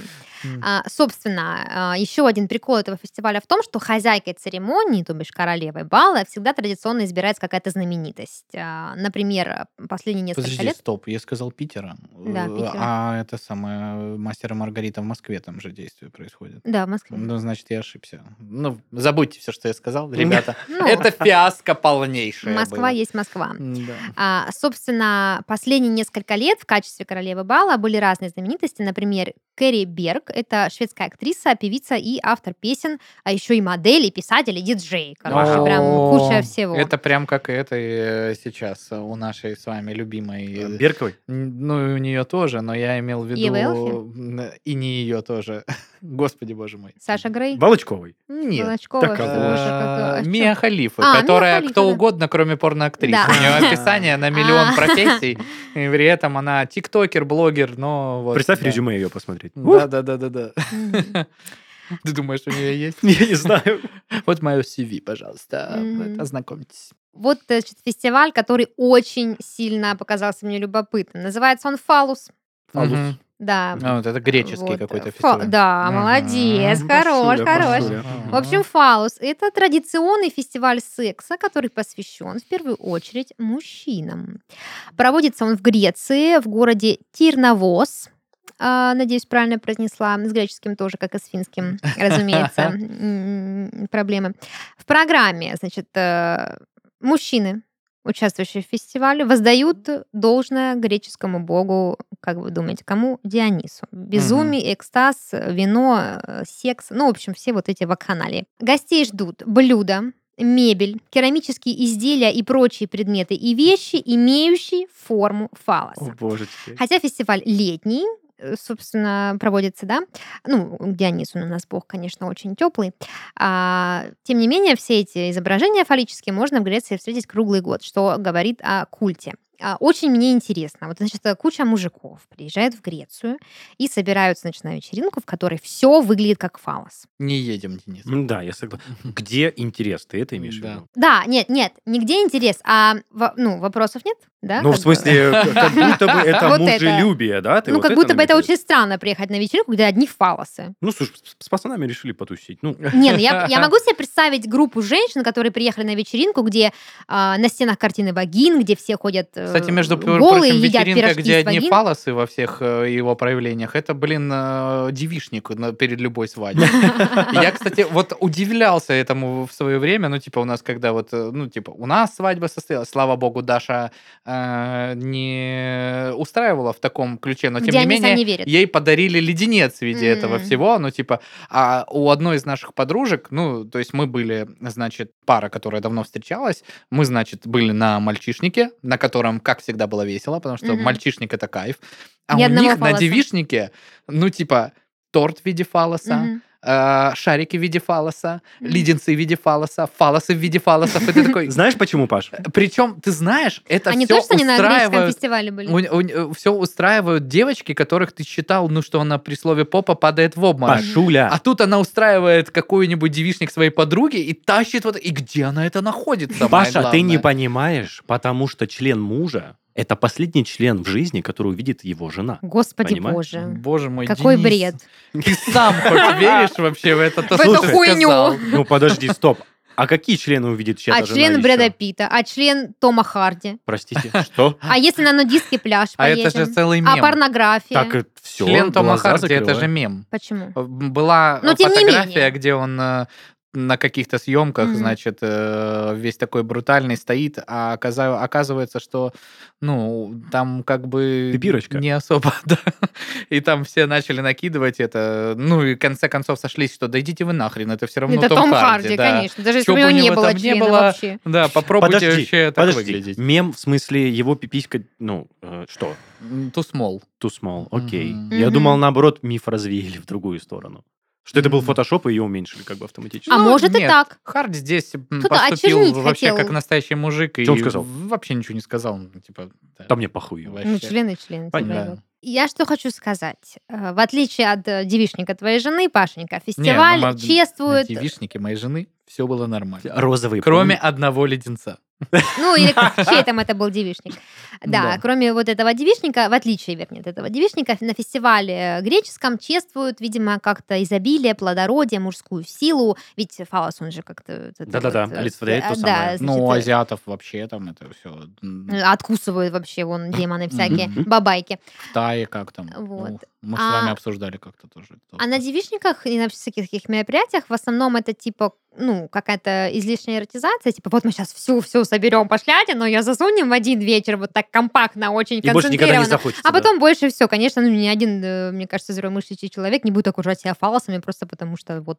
Собственно, еще один прикол этого фестиваля в том, что хозяйкой церемонии, то бишь королевой бала, всегда традиционно избирается какая-то знаменитость. Например, последние несколько Подожди, лет... стоп, я сказал Питера. Да, Питера. А это самое, «Мастер и Маргарита» в Москве там же действие происходит. Да, в Москве. Ну, значит, я ошибся. Ну, забудьте все, что я сказал, ребята. Ну, Это фиаско полнейшее Москва было. есть Москва. Да. Собственно, последние несколько лет в качестве королевы бала были разные знаменитости. Например, Кэрри Берг. Это шведская актриса, певица и автор песен, а еще и модель, и писатель, и диджей. Короче, прям куча всего. Это прям как это сейчас у нашей с вами любимой... Берковой? Ну, и у нее тоже, но я имел в Евы виду... И не ее тоже. Господи, боже мой. Саша Грей? Волочковой? Нет. Волочкова, Так, что а же, как- а что? Мия Халифа, Мия которая Халифа, кто да. угодно, кроме порноактрисы. Да. У нее описание на миллион А. профессий, и при этом она тиктокер, блогер, но вот... Представь да. резюме ее посмотреть. Да. Мгм. Ты думаешь, у нее есть? Я не знаю. Вот мое CV, пожалуйста. Мгм. Ознакомьтесь. Вот, значит, фестиваль, который очень сильно показался мне любопытным. Называется он «Фалус». Мгм. Да. А, вот это греческий Вот. какой-то Фа- фестиваль. Да, Мгм. молодец, Пашуля, хорош. Пашуля. В общем, «Фалус» — это традиционный фестиваль секса, который посвящен в первую очередь мужчинам. Проводится он в Греции, в городе Тирнавос. Надеюсь, правильно произнесла. С греческим тоже, как и с финским, разумеется, проблемы. В программе, значит, мужчины, участвующие в фестивале, воздают должное греческому богу, как вы думаете, кому? Дионису. Безумие, экстаз, вино, секс, ну, в общем, все вот эти вакханалии. Гостей ждут блюда, мебель, керамические изделия и прочие предметы и вещи, имеющие форму фаллоса. О, божечки. Хотя фестиваль летний, собственно, проводится, да, ну, Дионис у нас бог, конечно, очень теплый. Тем не менее, все эти изображения фаллические можно в Греции встретить круглый год, что говорит о культе. Очень мне интересно. Вот, значит, куча мужиков приезжает в Грецию и собираются, значит, на вечеринку, в которой все выглядит как фаллос. Не едем, Денис. Да, я согласен. Где интерес? Ты это имеешь в Да. виду? Да, нет, нигде интерес, вопросов нет, да? Ну, как в смысле, как будто бы это Вот это. мужелюбие, да? Ты Ну, вот как будто бы это намекаешь? очень странно приехать на вечеринку, где одни фаллосы. Ну, слушай, с пацанами решили потусить. Ну, Не, ну я могу себе представить группу женщин, которые приехали на вечеринку, где на стенах картины вагин, где все ходят Кстати, между голые, прочим, едят вечеринка, пирожки где из одни вагин. фалосы во всех его проявлениях, это, девичник перед любой свадьбой. Я, кстати, вот удивлялся этому в свое время, ну, типа, у нас, когда вот, ну, типа, у нас свадьба состоялась, слава богу, Даша не устраивала в таком ключе, но, тем не Дионис менее, не верит. ей подарили леденец в виде этого М. всего, ну, типа, а у одной из наших подружек, ну, то есть мы были, значит, пара, которая давно встречалась, мы, значит, были на мальчишнике, на котором, как всегда, было весело, потому что Мгм. мальчишник — это кайф. А Ни у одного них на фаллоса. девичнике, ну, типа, торт в виде фаллоса, Мгм. шарики в виде фаллоса, Мгм. леденцы в виде фаллоса, фаллосы в виде фаллосов. И ты такой... знаешь почему, Паш? Причем, ты знаешь, это Они все точно не на греческом устраивают... фестивале были? Все устраивают девочки, которых ты считал, ну, что она при слове попа падает в обморок. Пашуля. А тут она устраивает какой-нибудь девичник своей подруги и тащит вот... И где она это находит, самое Паша, ты не главное? понимаешь, потому что член мужа — это последний член в жизни, который увидит его жена. Господи Понимаешь? боже. Боже мой, Какой Денис, бред. Ты сам хоть веришь вообще в это, то, В что эту ты хуйню. сказал? Ну, подожди, стоп. А какие члены увидит чья-то А жена член еще? Брэда Питта, а член Тома Харди. Простите, что? А если на нудистский пляж А это поедем? же целый А мем. порнография? Так, все, Член Тома Харди — это же мем. Почему? Была Но тем не фотография, менее. где он на каких-то съемках, Мгм. значит, весь такой брутальный стоит, а оказывается, что, ну, там как бы Пипирочка. не особо, да. И там все начали накидывать это, ну, и в конце концов сошлись, что да идите вы нахрен, это все равно Это Том Том Харди, Харди, да. конечно. Даже если Чё у бы него у не него было там не члена было, вообще. Да, попробуйте вообще так подожди. выглядеть. Мем, в смысле, его пиписька, ну, что? Too small. Too small, окей. Мгм. Я Мгм. думал, наоборот, миф развеяли в другую сторону. Что это был Мгм. фотошоп, и ее уменьшили как бы автоматически. А может и нет, так. Харди здесь Кто-то поступил очернить вообще хотел. как настоящий мужик и Чё он сказал? вообще ничего не сказал. Ну, типа, да, Да мне похуй. вообще. Ну, член и член. Понятно. типа, вот. Я что хочу сказать. В отличие от девичника твоей жены, Пашенька, Не, фестиваль ну, на чествует... девичнике моей жены все было нормально. Розовый. Кроме одного леденца. Ну, или чей там это был девичник. Да, Да. кроме вот этого девичника, в отличие, вернее, от этого девичника, на фестивале греческом чествуют, видимо, как-то изобилие, плодородие, мужскую силу. Ведь фаллос, он же как-то... Да-да-да, олицетворяет то да, самое. значит, Ну, у азиатов вообще там это все откусывают вообще вон демоны всякие, Мгм. бабайки. в Тае как там. Вот. Ну, мы с вами А- обсуждали как-то тоже. этот А на вопрос. девичниках и на всяких таких мероприятиях в основном это типа, ну, какая-то излишняя эротизация, типа, вот мы сейчас всю соберем пошлятину, ее засунем в один вечер, вот так компактно, очень И больше никогда не концентрированно. захочется. А да. потом больше все, конечно, ну, ни один, мне кажется, здравомыслящий человек не будет окружать себя фаллосами просто потому что вот,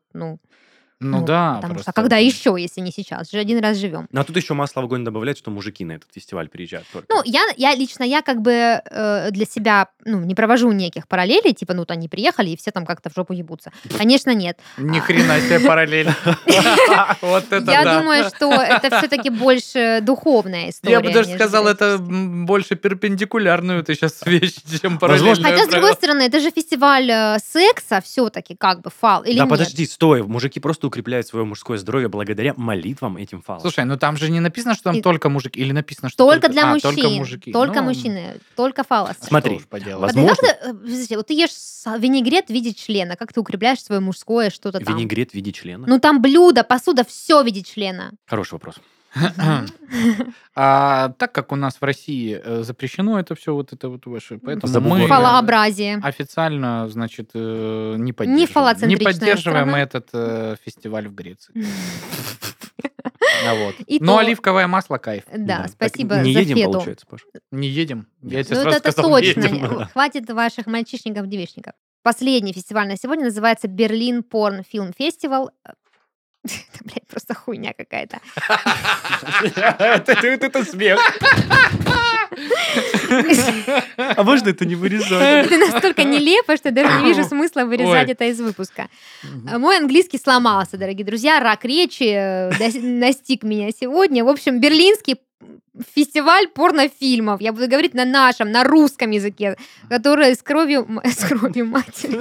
Ну да, потому что просто. когда еще, если не сейчас? Же один раз живем. Ну, а тут еще масло в огонь добавляют, что мужики на этот фестиваль приезжают только. Ну, я лично, я как бы для себя, ну, не провожу неких параллелей, типа, ну, вот они приехали, и все там как-то в жопу ебутся. Конечно, нет. Ни хрена себе параллель. Вот это Я да. думаю, что это все-таки больше духовная история. Я бы даже нежели сказал, это эротическая. больше перпендикулярную ты сейчас вещь, чем Возможно. параллельную. Хотя, с другой стороны, это же фестиваль секса все-таки, как бы, фал, или Да нет? подожди, стой. Мужики просто укрепляют свое мужское здоровье благодаря молитвам этим фаллосам. Слушай, ну там же не написано, что там И- только мужики, или написано, что Только для мужчин. только мужики. Только Ну, мужчины. Только фаллос. Смотри, что уж поделать. возможно. Как ты, подождите, вот ты ешь винегрет в виде члена, как ты укрепляешь свое мужское что-то там? Винегрет в виде члена. Ну там блюдо, посуда, все в виде члена. Хороший вопрос. А так как у нас в России запрещено это все вот это вот ваше, поэтому Забугорно. мы Фалообразие. официально, значит, не Не поддерживаем. фалоцентричная Не поддерживаем страна. этот фестиваль в Греции. Вот. И Но то- оливковое масло кайф. Да, Так спасибо не за едем, фету. получается, Паш. Не едем. Я тебе Ну, сразу это сказал, точно. едем. Хватит ваших мальчишников-девичников. Последний фестиваль на сегодня называется Берлин Порн Фильм Фестивал. Это, блядь, просто хуйня какая-то. Это смех. А можно это не вырезать? Это настолько нелепо, что я даже не вижу смысла вырезать Ой. это из выпуска. Мой английский сломался, дорогие друзья. Рак речи настиг меня сегодня. В общем, берлинский фестиваль порнофильмов. Я буду говорить на нашем, на русском языке, который с кровью матери.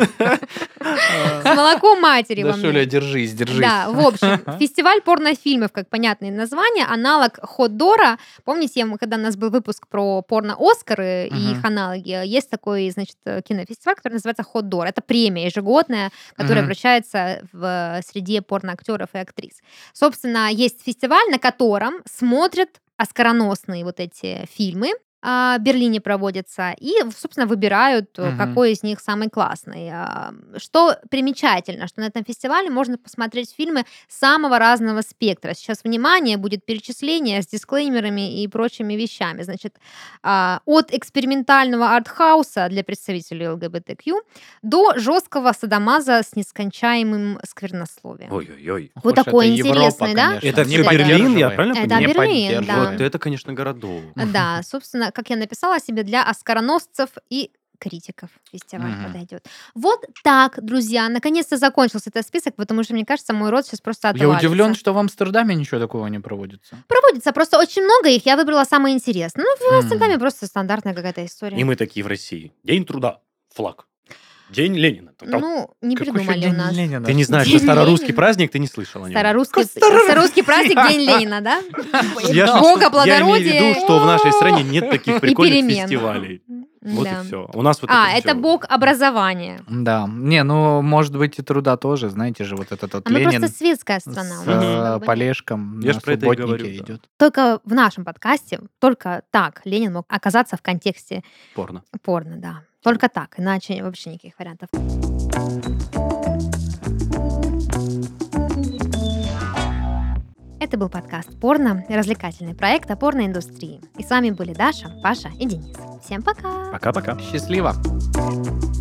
С молоком матери во мне. Дашуля, держись. Да, в общем, фестиваль порнофильмов, как понятное название, аналог Хотдора. Помните, когда у нас был выпуск про порно-Оскары и их аналоги, есть такой, значит, кинофестиваль, который называется Хотдор. Это премия ежегодная, которая вручается в среде порноактеров и актрис. Собственно, есть фестиваль, на котором смотрят оскароносные вот эти фильмы, в Берлине проводятся, и, собственно, выбирают, какой из них самый классный. Что примечательно, что на этом фестивале можно посмотреть фильмы самого разного спектра. Сейчас, внимание, будет перечисление с дисклеймерами и прочими вещами. Значит, от экспериментального артхауса для представителей ЛГБТQ до жесткого садомаза с нескончаемым сквернословием. Ой-ой-ой. Вот Слушай, такой это Европа, интересный, да? конечно. Это Не все Берлин, я поддерживай. правильно Это понимаю? Не Берлин, да. поддерживай. Вот это, конечно, городок. Да, собственно, как я написала себе, для оскароносцев и критиков фестиваль подойдет. Вот так, друзья. Наконец-то закончился этот список, потому что, мне кажется, мой рот сейчас просто Я отвалится. удивлен, что в Амстердаме ничего такого не проводится. Проводится просто очень много их, я выбрала самые интересные. Ну, в Амстердаме просто стандартная какая-то история. И мы такие в России. День труда. Флаг. День Ленина. Ну, не Какой придумали еще у День нас. Ленина? Ты не знаешь, День что старорусский Ленина. праздник, ты не слышал о нем. Старорусский праздник День Ленина, да? Я Бога, имею в плодородия. виду, что в нашей стране нет таких И прикольных перемен. фестивалей. Вот Да. и все. У нас вот Это всё. бог образования. Да. Не, ну, может быть, и труда тоже. Знаете же, вот этот вот А мы Ленин просто светская страна. с у нас как бы Полежком Я на ж про это и субботнике говорю, да. идет. Только в нашем подкасте, только так Ленин мог оказаться в контексте Порно. порно, да. Только так, иначе вообще никаких вариантов. Это был подкаст «Порно», развлекательный проект о порноиндустрии. И с вами были Даша, Паша и Денис. Всем пока! Пока-пока. Счастливо.